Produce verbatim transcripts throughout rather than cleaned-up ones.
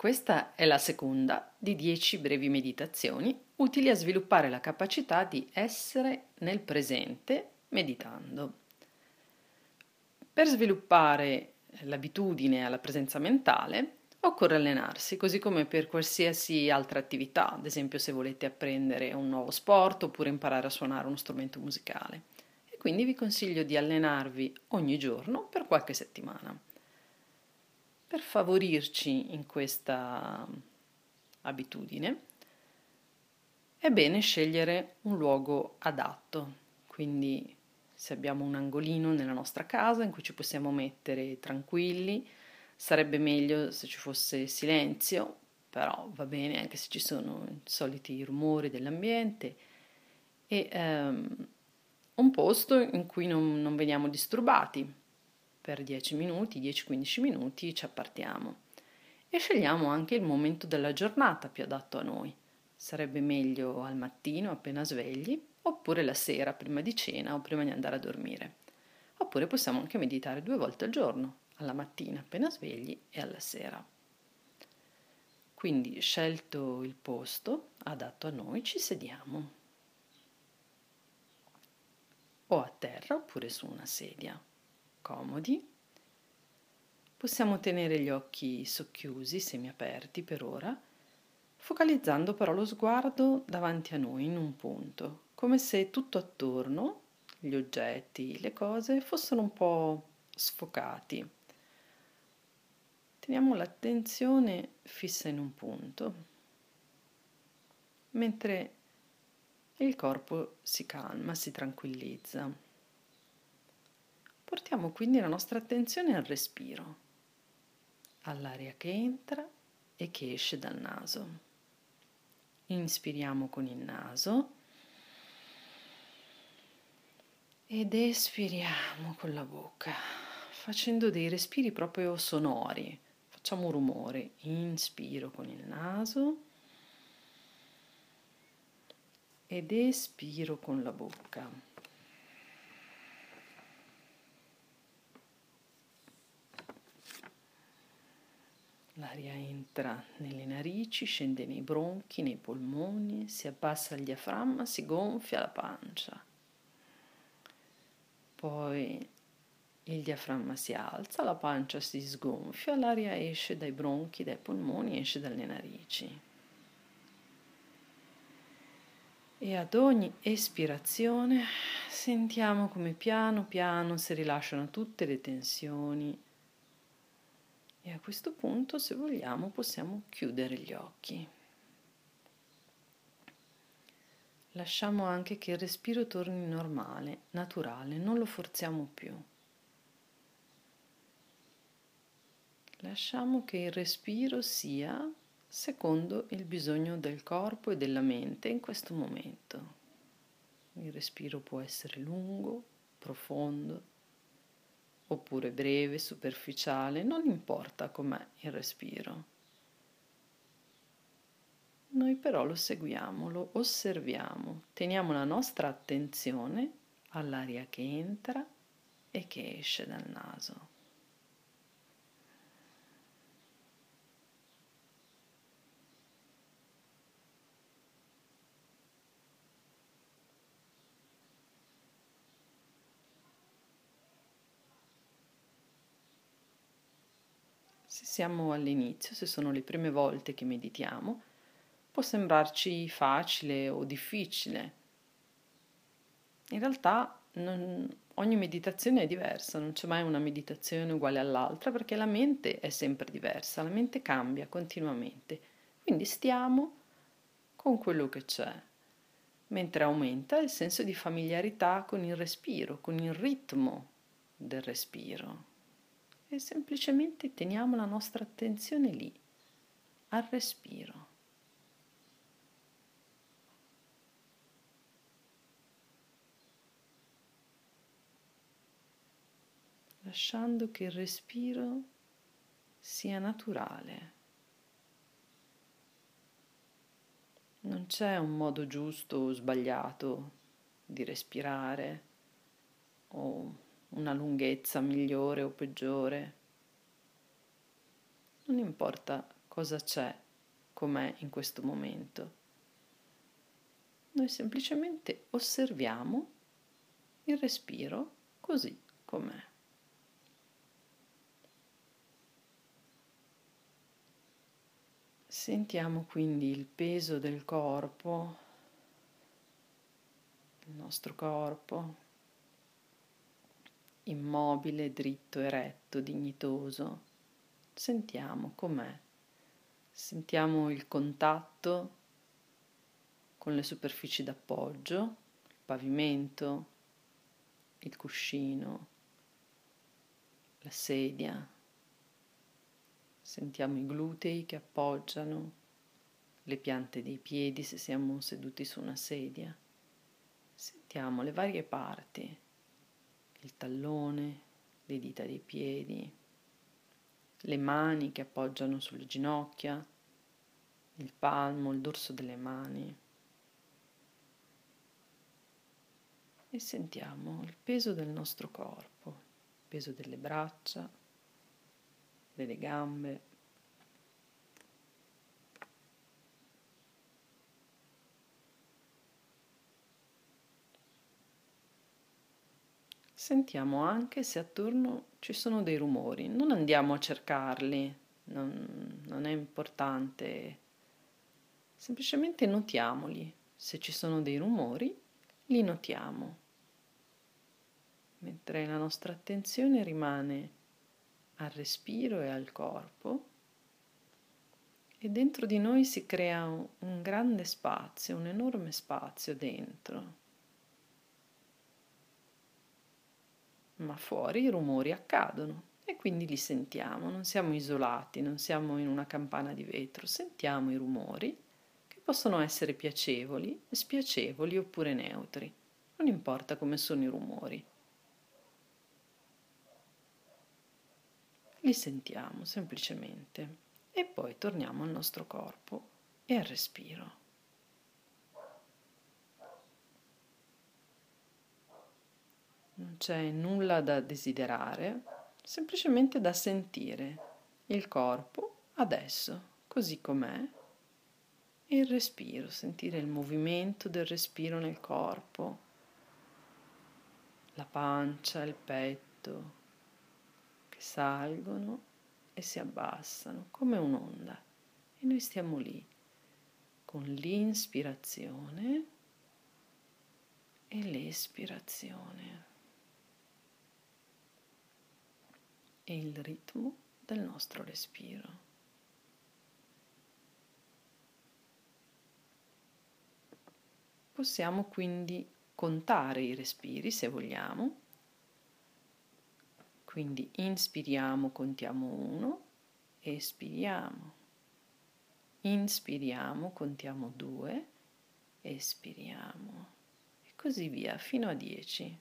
Questa è la seconda di dieci brevi meditazioni utili a sviluppare la capacità di essere nel presente meditando. Per sviluppare l'abitudine alla presenza mentale occorre allenarsi, così come per qualsiasi altra attività, ad esempio se volete apprendere un nuovo sport oppure imparare a suonare uno strumento musicale. E quindi vi consiglio di allenarvi ogni giorno per qualche settimana. Per favorirci in questa abitudine è bene scegliere un luogo adatto, quindi se abbiamo un angolino nella nostra casa in cui ci possiamo mettere tranquilli, sarebbe meglio se ci fosse silenzio, però va bene anche se ci sono i soliti rumori dell'ambiente e ehm, un posto in cui non, non veniamo disturbati. Per dieci minuti, dieci quindici minuti ci appartiamo e scegliamo anche il momento della giornata più adatto a noi. Sarebbe meglio al mattino appena svegli, oppure la sera prima di cena o prima di andare a dormire. Oppure possiamo anche meditare due volte al giorno, alla mattina appena svegli e alla sera. Quindi, scelto il posto adatto a noi, ci sediamo o a terra oppure su una sedia. Comodi. Possiamo tenere gli occhi socchiusi, semiaperti per ora, focalizzando però lo sguardo davanti a noi in un punto, come se tutto attorno, gli oggetti, le cose, fossero un po' sfocati. Teniamo l'attenzione fissa in un punto, mentre il corpo si calma, si tranquillizza. Portiamo quindi la nostra attenzione al respiro, all'aria che entra e che esce dal naso. Inspiriamo con il naso ed espiriamo con la bocca, facendo dei respiri proprio sonori. Facciamo un rumore. Inspiro con il naso ed espiro con la bocca. L'aria entra nelle narici, scende nei bronchi, nei polmoni, si abbassa il diaframma, si gonfia la pancia. Poi il diaframma si alza, la pancia si sgonfia, l'aria esce dai bronchi, dai polmoni, esce dalle narici. E ad ogni espirazione sentiamo come piano piano si rilasciano tutte le tensioni. E a questo punto, se vogliamo, possiamo chiudere gli occhi. Lasciamo anche che il respiro torni normale, naturale, non lo forziamo più. Lasciamo che il respiro sia secondo il bisogno del corpo e della mente in questo momento. Il respiro può essere lungo, profondo, oppure breve, superficiale, non importa com'è il respiro. Noi però lo seguiamo, lo osserviamo, teniamo la nostra attenzione all'aria che entra e che esce dal naso. Se siamo all'inizio, se sono le prime volte che meditiamo, può sembrarci facile o difficile. In realtà non, ogni meditazione è diversa, non c'è mai una meditazione uguale all'altra perché la mente è sempre diversa, la mente cambia continuamente. Quindi stiamo con quello che c'è, mentre aumenta il senso di familiarità con il respiro, con il ritmo del respiro. E semplicemente teniamo la nostra attenzione lì, al respiro. Lasciando che il respiro sia naturale. Non c'è un modo giusto o sbagliato di respirare o una lunghezza migliore o peggiore. Non importa cosa c'è, com'è in questo momento. Noi semplicemente osserviamo il respiro così com'è. Sentiamo quindi il peso del corpo, il nostro corpo, immobile, dritto, eretto, dignitoso. Sentiamo com'è. Sentiamo il contatto con le superfici d'appoggio, il pavimento, il cuscino, la sedia. Sentiamo i glutei che appoggiano, le piante dei piedi se siamo seduti su una sedia. Sentiamo le varie parti, il tallone, le dita dei piedi, le mani che appoggiano sulle ginocchia, il palmo, il dorso delle mani. E sentiamo il peso del nostro corpo, il peso delle braccia, delle gambe. Sentiamo anche se attorno ci sono dei rumori. Non andiamo a cercarli, non, non è importante. Semplicemente notiamoli. Se ci sono dei rumori, li notiamo. Mentre la nostra attenzione rimane al respiro e al corpo, e dentro di noi si crea un, un grande spazio, un enorme spazio dentro. Ma fuori i rumori accadono e quindi li sentiamo, non siamo isolati, non siamo in una campana di vetro, sentiamo i rumori che possono essere piacevoli, spiacevoli oppure neutri, non importa come sono i rumori. Li sentiamo semplicemente e poi torniamo al nostro corpo e al respiro. Non c'è nulla da desiderare, semplicemente da sentire il corpo adesso, così com'è, e il respiro, sentire il movimento del respiro nel corpo, la pancia, il petto, che salgono e si abbassano come un'onda. E noi stiamo lì, con l'inspirazione e l'espirazione. E il ritmo del nostro respiro. Possiamo quindi contare i respiri se vogliamo. Quindi inspiriamo, contiamo uno, espiriamo. Inspiriamo, contiamo due, espiriamo. E così via fino a dieci.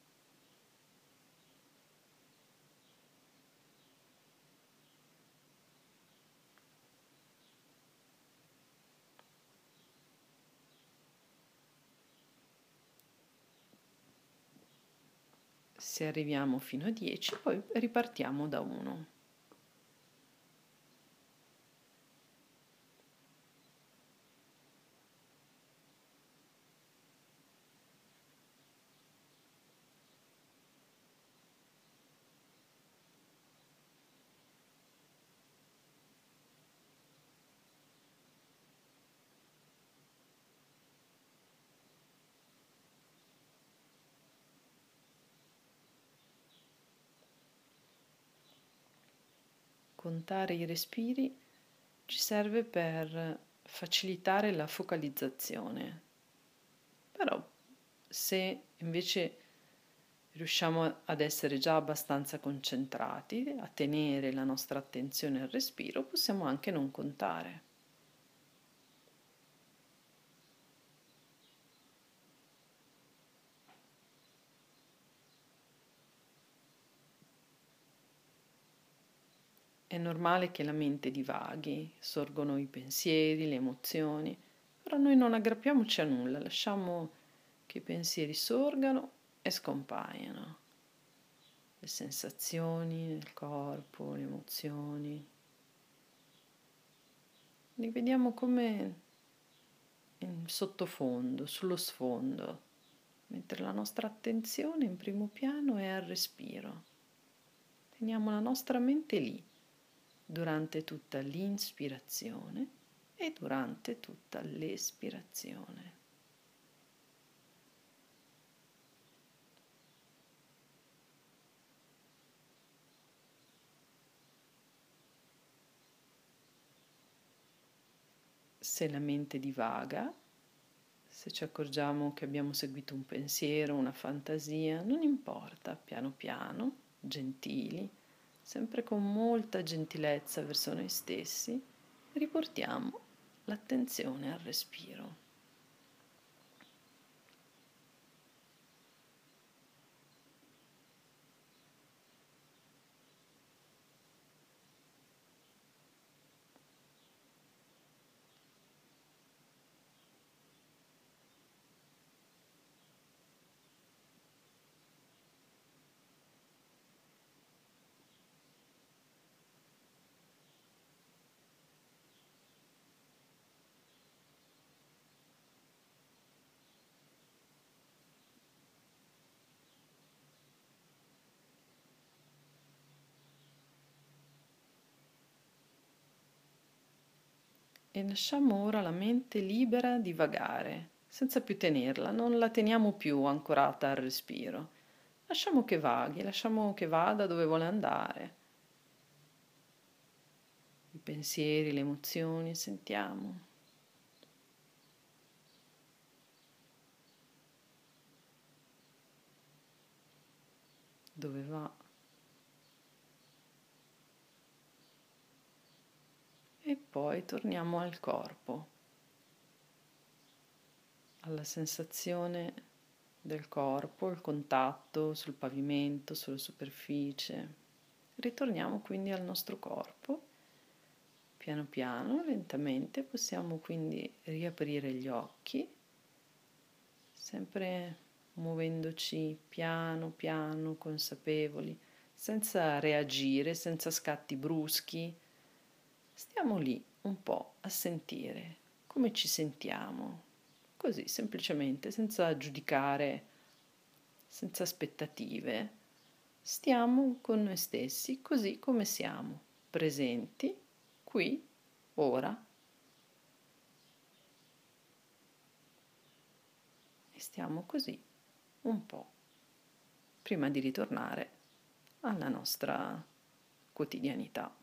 Se arriviamo fino a dieci, poi ripartiamo da uno. Contare i respiri ci serve per facilitare la focalizzazione. Però se invece riusciamo ad essere già abbastanza concentrati, a tenere la nostra attenzione al respiro, possiamo anche non contare. È normale che la mente divaghi, sorgono i pensieri, le emozioni, però noi non aggrappiamoci a nulla, lasciamo che i pensieri sorgano e scompaiano. Le sensazioni nel corpo, le emozioni. li vediamo come in sottofondo, sullo sfondo, mentre la nostra attenzione in primo piano è al respiro. Teniamo la nostra mente lì durante tutta l'inspirazione e durante tutta l'espirazione. Se la mente divaga, se ci accorgiamo che abbiamo seguito un pensiero, una fantasia, non importa, piano piano, gentili, sempre con molta gentilezza verso noi stessi, riportiamo l'attenzione al respiro. E lasciamo ora la mente libera di vagare, senza più tenerla, non la teniamo più ancorata al respiro. Lasciamo che vaghi, lasciamo che vada dove vuole andare. I pensieri, le emozioni, sentiamo. Dove va? E poi torniamo al corpo, alla sensazione del corpo, il contatto sul pavimento, sulla superficie. Ritorniamo quindi al nostro corpo. Piano piano, lentamente, possiamo quindi riaprire gli occhi, sempre muovendoci piano piano, consapevoli, senza reagire, senza scatti bruschi. Stiamo lì un po' a sentire come ci sentiamo, così semplicemente, senza giudicare, senza aspettative. Stiamo con noi stessi così come siamo, presenti, qui, ora. E stiamo così un po' prima di ritornare alla nostra quotidianità.